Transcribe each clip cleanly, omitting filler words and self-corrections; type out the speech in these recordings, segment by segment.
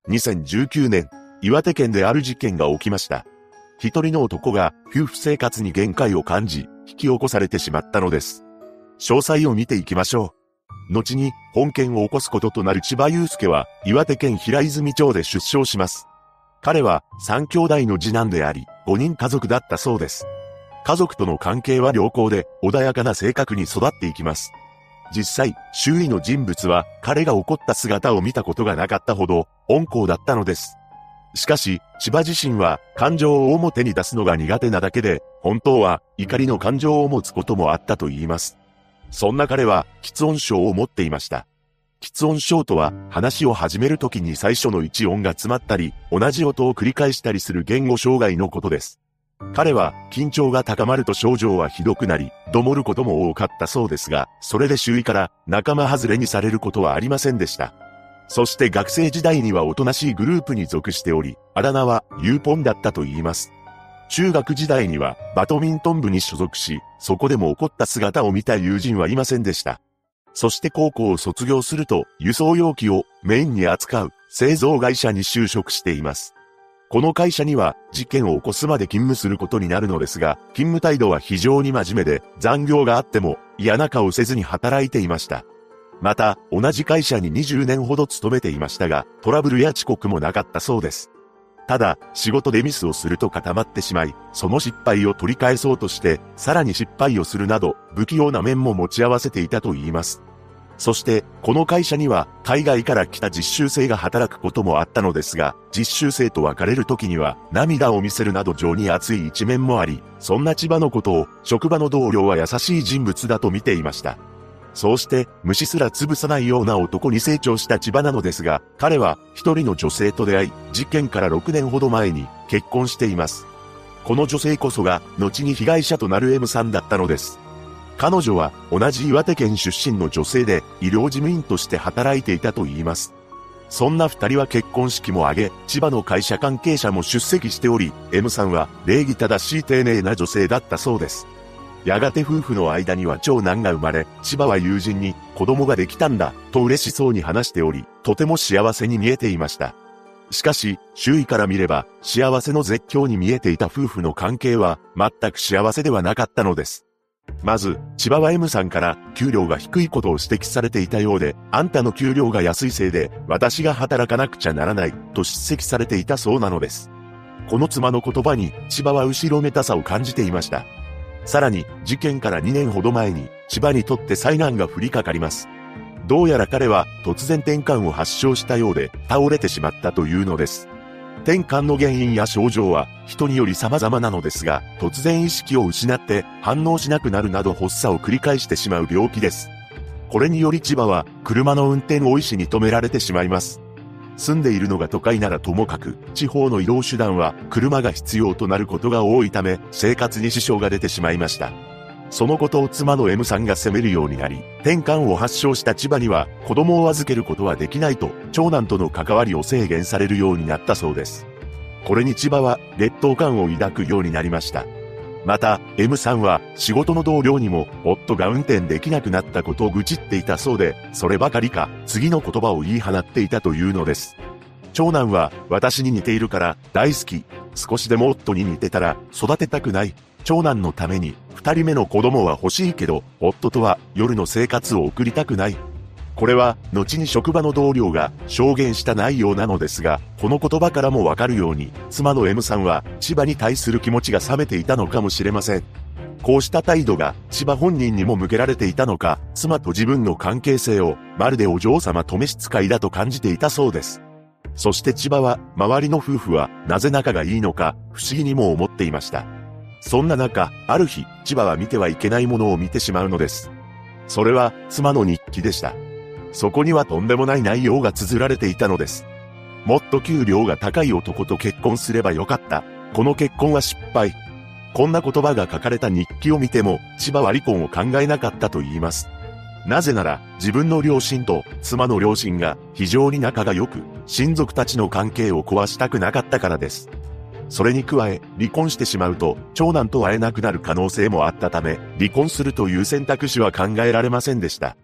2019年、岩手県である事件が起きました。一人の男が夫婦生活に限界を感じ、引き起こされてしまったのです。詳細を見ていきましょう。後に本件を起こすこととなる千葉祐介は岩手県平泉町で出生します。彼は3兄弟の次男であり、5人家族だったそうです。家族との関係は良好で穏やかな性格に育っていきます。実際、周囲の人物は彼が怒った姿を見たことがなかったほど温厚だったのです。しかし、千葉自身は感情を表に出すのが苦手なだけで、本当は怒りの感情を持つこともあったと言います。そんな彼は、喫音症を持っていました。喫音症とは、話を始めるときに最初の一音が詰まったり、同じ音を繰り返したりする言語障害のことです。彼は、緊張が高まると症状はひどくなり、どもることも多かったそうですが、それで周囲から仲間外れにされることはありませんでした。そして学生時代にはおとなしいグループに属しており、あだ名はユーポンだったと言います。中学時代にはバドミントン部に所属し、そこでも怒った姿を見た友人はいませんでした。そして高校を卒業すると輸送容器をメインに扱う製造会社に就職しています。この会社には事件を起こすまで勤務することになるのですが、勤務態度は非常に真面目で残業があっても嫌な顔せずに働いていました。また、同じ会社に20年ほど勤めていましたが、トラブルや遅刻もなかったそうです。ただ、仕事でミスをすると固まってしまい、その失敗を取り返そうとして、さらに失敗をするなど、不器用な面も持ち合わせていたと言います。そして、この会社には、海外から来た実習生が働くこともあったのですが、実習生と別れる時には、涙を見せるなど情に熱い一面もあり、そんな千葉のことを、職場の同僚は優しい人物だと見ていました。そうして虫すら潰さないような男に成長した千葉なのですが、彼は一人の女性と出会い、事件から6年ほど前に結婚しています。この女性こそが後に被害者となる M さんだったのです。彼女は同じ岩手県出身の女性で医療事務員として働いていたと言います。そんな二人は結婚式も挙げ、千葉の会社関係者も出席しており、M さんは礼儀正しい丁寧な女性だったそうです。やがて夫婦の間には長男が生まれ、千葉は友人に子供ができたんだと嬉しそうに話しており、とても幸せに見えていました。しかし、周囲から見れば幸せの絶頂に見えていた夫婦の関係は全く幸せではなかったのです。まず、千葉は M さんから給料が低いことを指摘されていたようで、あんたの給料が安いせいで私が働かなくちゃならないと叱責されていたそうなのです。この妻の言葉に千葉は後ろめたさを感じていました。さらに、事件から2年ほど前に、千葉にとって災難が降りかかります。どうやら彼は突然転換を発症したようで、倒れてしまったというのです。転換の原因や症状は人により様々なのですが、突然意識を失って反応しなくなるなど発作を繰り返してしまう病気です。これにより千葉は車の運転を医師に止められてしまいます。住んでいるのが都会ならともかく、地方の移動手段は車が必要となることが多いため、生活に支障が出てしまいました。そのことを妻の M さんが責めるようになり、転換を発症した千葉には子供を預けることはできないと、長男との関わりを制限されるようになったそうです。これに千葉は劣等感を抱くようになりました。また、M さんは仕事の同僚にも夫が運転できなくなったことを愚痴っていたそうで、そればかりか次の言葉を言い放っていたというのです。長男は私に似ているから大好き。少しでも夫に似てたら育てたくない。長男のために二人目の子供は欲しいけど、夫とは夜の生活を送りたくない。これは後に職場の同僚が証言した内容なのですが、この言葉からもわかるように、妻の M さんは千葉に対する気持ちが冷めていたのかもしれません。こうした態度が千葉本人にも向けられていたのか、妻と自分の関係性をまるでお嬢様と召使いだと感じていたそうです。そして千葉は周りの夫婦はなぜ仲がいいのか不思議にも思っていました。そんな中、ある日、千葉は見てはいけないものを見てしまうのです。それは妻の日記でした。そこにはとんでもない内容が綴られていたのです。もっと給料が高い男と結婚すればよかった。この結婚は失敗。こんな言葉が書かれた日記を見ても、千葉は離婚を考えなかったと言います。なぜなら、自分の両親と妻の両親が非常に仲が良く、親族たちの関係を壊したくなかったからです。それに加え、離婚してしまうと、長男と会えなくなる可能性もあったため、離婚するという選択肢は考えられませんでした。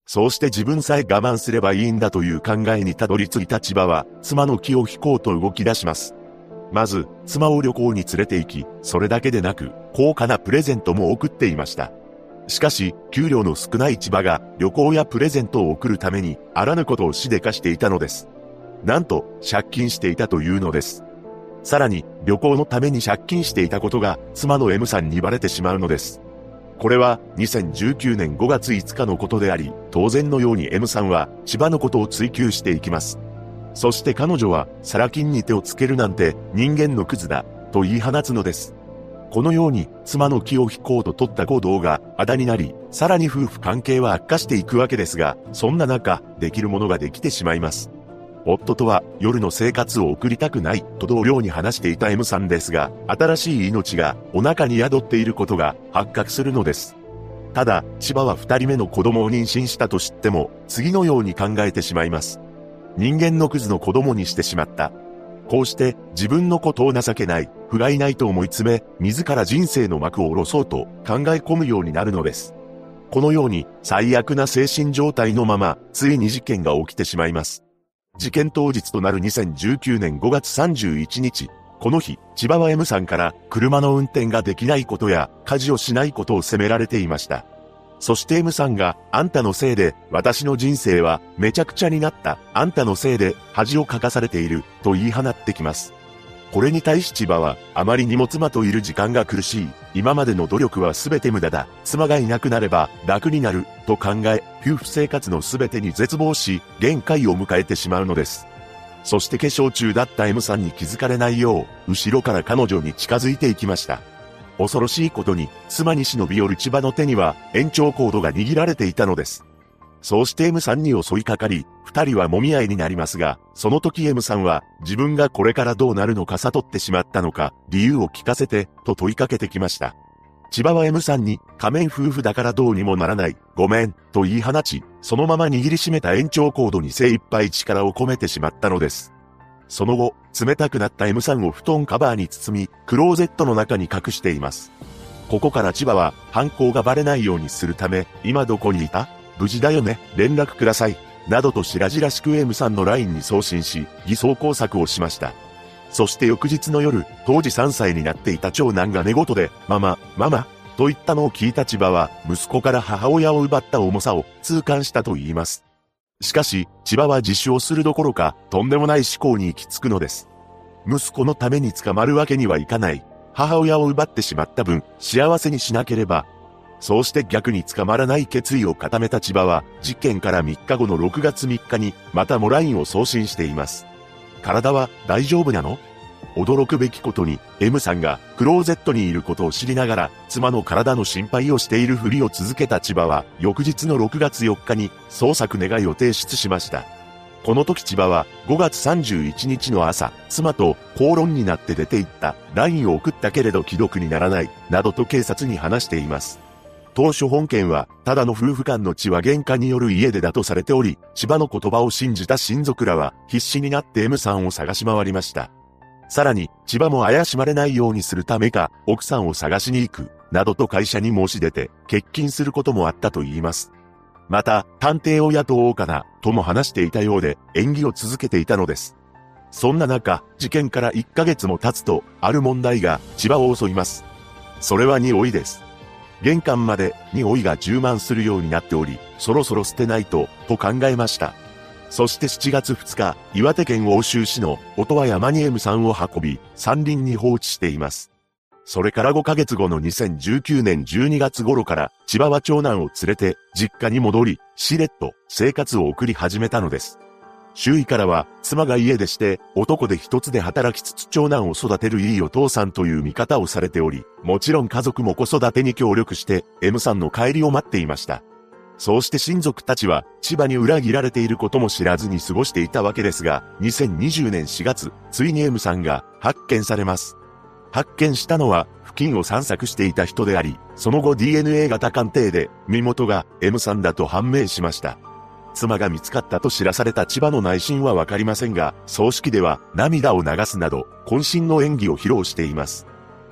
そうして自分さえ我慢すればいいんだという考えにたどり着いた千葉は、妻の気を引こうと動き出します。まず、妻を旅行に連れて行き、それだけでなく、高価なプレゼントも送っていました。しかし、給料の少ない千葉が旅行やプレゼントを送るために、あらぬことをしでかしていたのです。なんと、借金していたというのです。さらに、旅行のために借金していたことが、妻の M さんにバレてしまうのです。これは、2019年5月5日のことであり、当然のように M さんは、千葉のことを追求していきます。そして彼女は、サラ金に手をつけるなんて、人間のクズだ、と言い放つのです。このように、妻の気を引こうと取った行動が、あだになり、さらに夫婦関係は悪化していくわけですが、そんな中、できるものができてしまいます。夫とは夜の生活を送りたくないと同僚に話していた M さんですが、新しい命がお腹に宿っていることが発覚するのです。ただ、千葉は二人目の子供を妊娠したと知っても、次のように考えてしまいます。人間のクズの子供にしてしまった。こうして自分のことを情けない、不甲斐ないと思い詰め、自ら人生の幕を下ろそうと考え込むようになるのです。このように最悪な精神状態のまま、ついに事件が起きてしまいます。事件当日となる2019年5月31日。この日、千葉は M さんから車の運転ができないことや家事をしないことを責められていました。そして M さんがあんたのせいで私の人生はめちゃくちゃになった。あんたのせいで恥をかかされていると言い放ってきます。これに対し千葉はあまりにも妻といる時間が苦しい。今までの努力は全て無駄だ。妻がいなくなれば楽になると考え、夫婦生活の全てに絶望し、限界を迎えてしまうのです。そして化粧中だった M さんに気づかれないよう、後ろから彼女に近づいていきました。恐ろしいことに、妻に忍び寄る千葉の手には延長コードが握られていたのです。そうして M さんに襲いかかり、二人は揉み合いになりますが、その時 M さんは自分がこれからどうなるのか悟ってしまったのか、理由を聞かせて、と問いかけてきました。千葉は M さんに、仮面夫婦だからどうにもならない、ごめん、と言い放ち、そのまま握りしめた延長コードに精一杯力を込めてしまったのです。その後、冷たくなった M さんを布団カバーに包み、クローゼットの中に隠しています。ここから千葉は、犯行がバレないようにするため、今どこにいた？無事だよね、連絡ください。などと白々しく M さんの LINE に送信し、偽装工作をしました。そして翌日の夜、当時3歳になっていた長男が寝言で、ママ、と言ったのを聞いた千葉は、息子から母親を奪った重さを痛感したと言います。しかし、千葉は自首をするどころか、とんでもない思考に行き着くのです。息子のために捕まるわけにはいかない。母親を奪ってしまった分、幸せにしなければ。そうして逆に捕まらない決意を固めた千葉は、事件から3日後の6月3日に、またも LINE を送信しています。体は大丈夫なの？驚くべきことに、M さんがクローゼットにいることを知りながら、妻の体の心配をしているふりを続けた千葉は、翌日の6月4日に、捜索願いを提出しました。この時千葉は、5月31日の朝、妻と口論になって出て行った、LINE を送ったけれど既読にならない、などと警察に話しています。当初本件は、ただの夫婦間の血は喧嘩による家出だとされており、千葉の言葉を信じた親族らは、必死になって M さんを探し回りました。さらに、千葉も怪しまれないようにするためか、奥さんを探しに行く、などと会社に申し出て、欠勤することもあったと言います。また、探偵を雇おうかな、とも話していたようで、演技を続けていたのです。そんな中、事件から1ヶ月も経つと、ある問題が千葉を襲います。それは匂いです。玄関まで匂いが充満するようになっており、そろそろ捨てないと考えました。そして7月2日、岩手県奥州市の音羽山に M さんを運び、山林に放置しています。それから5ヶ月後の2019年12月頃から、千葉は長男を連れて、実家に戻り、しれっと生活を送り始めたのです。周囲からは、妻が家出して、男で一つで働きつつ長男を育てるいいお父さんという見方をされており、もちろん家族も子育てに協力して、M さんの帰りを待っていました。そうして親族たちは、千葉に裏切られていることも知らずに過ごしていたわけですが、2020年4月、ついに M さんが発見されます。発見したのは、付近を散策していた人であり、その後 DNA 型鑑定で、身元が M さんだと判明しました。妻が見つかったと知らされた千葉の内心はわかりませんが、葬式では涙を流すなど、渾身の演技を披露しています。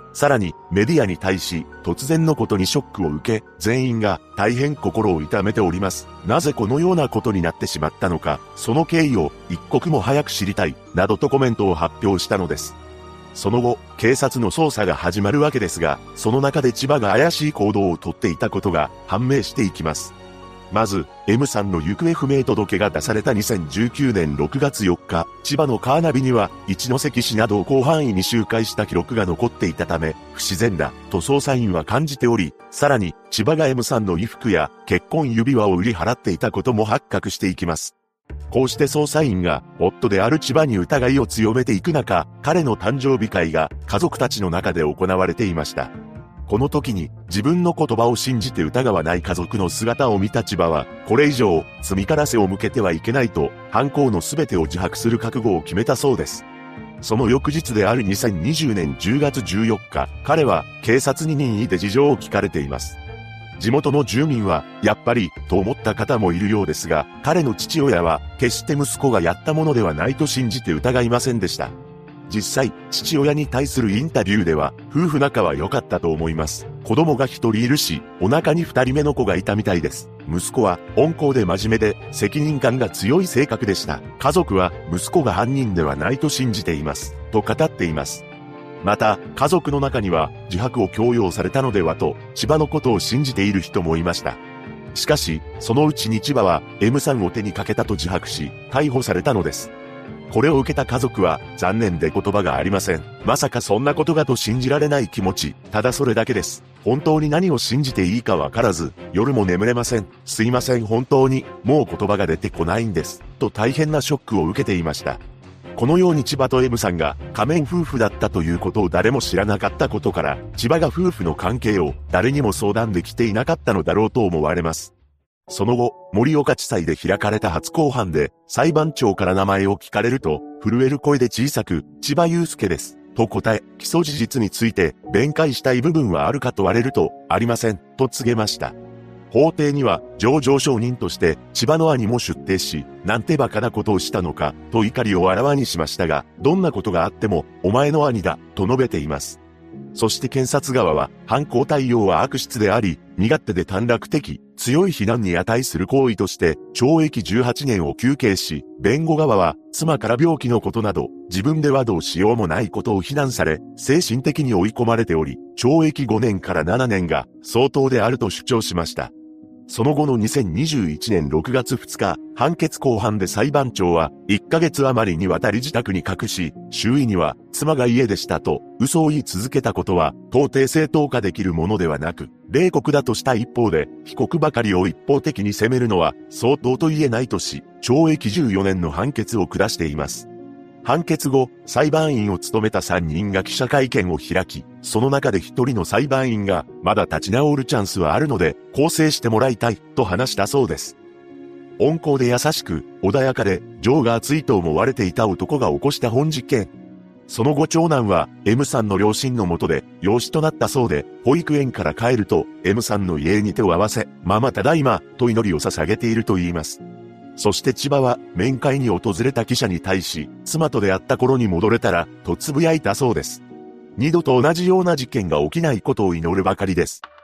さらにメディアに対し突然のことにショックを受け、全員が大変心を痛めております。なぜこのようなことになってしまったのか、その経緯を一刻も早く知りたい、などとコメントを発表したのです。その後、警察の捜査が始まるわけですが、その中で千葉が怪しい行動をとっていたことが判明していきます。まず、M さんの行方不明届が出された2019年6月4日、千葉のカーナビには、一関市などを広範囲に周回した記録が残っていたため、不自然だ、と捜査員は感じており、さらに、千葉が M さんの衣服や結婚指輪を売り払っていたことも発覚していきます。こうして捜査員が、夫である千葉に疑いを強めていく中、彼の誕生日会が家族たちの中で行われていました。この時に自分の言葉を信じて疑わない家族の姿を見た千葉は、これ以上罪から背を向けてはいけないと、犯行の全てを自白する覚悟を決めたそうです。その翌日である2020年10月14日、彼は警察に任意で事情を聞かれています。地元の住民は、やっぱり、と思った方もいるようですが、彼の父親は、決して息子がやったものではないと信じて疑いませんでした。実際、父親に対するインタビューでは、夫婦仲は良かったと思います。子供が一人いるし、お腹に二人目の子がいたみたいです。息子は、温厚で真面目で、責任感が強い性格でした。家族は、息子が犯人ではないと信じています。と語っています。また、家族の中には、自白を強要されたのではと、千葉のことを信じている人もいました。しかし、そのうちに千葉は、M さんを手にかけたと自白し、逮捕されたのです。これを受けた家族は、残念で言葉がありません。まさかそんなことがと信じられない気持ち、ただそれだけです。本当に何を信じていいかわからず、夜も眠れません。すいません本当に、もう言葉が出てこないんです。と大変なショックを受けていました。このように千葉と M さんが仮面夫婦だったということを誰も知らなかったことから、千葉が夫婦の関係を誰にも相談できていなかったのだろうと思われます。その後、盛岡地裁で開かれた初公判で、裁判長から名前を聞かれると、震える声で小さく、千葉祐介です。と答え、起訴事実について、弁解したい部分はあるか問われると、ありません、と告げました。法廷には、情状証人として、千葉の兄も出廷し、なんて馬鹿なことをしたのか、と怒りをあらわにしましたが、どんなことがあっても、お前の兄だ、と述べています。そして検察側は、犯行対応は悪質であり、身勝手で短絡的、強い非難に値する行為として、懲役18年を求刑し、弁護側は、妻から病気のことなど、自分ではどうしようもないことを非難され、精神的に追い込まれており、懲役5年から7年が相当であると主張しました。その後の2021年6月2日、判決公判で裁判長は、1ヶ月余りにわたり自宅に隠し、周囲には、妻が家でしたと、嘘を言い続けたことは、到底正当化できるものではなく、冷酷だとした一方で、被告ばかりを一方的に責めるのは、相当と言えないとし、懲役14年の判決を下しています。判決後、裁判員を務めた3人が記者会見を開き、その中で1人の裁判員が、まだ立ち直るチャンスはあるので、更生してもらいたい、と話したそうです。温厚で優しく、穏やかで、情が熱いと思われていた男が起こした本事件。その後長男は、M さんの両親のもとで、養子となったそうで、保育園から帰ると、M さんの家に手を合わせ、ママただいま、と祈りを捧げていると言います。そして千葉は面会に訪れた記者に対し、妻と出会った頃に戻れたら、と呟いたそうです。二度と同じような事件が起きないことを祈るばかりです。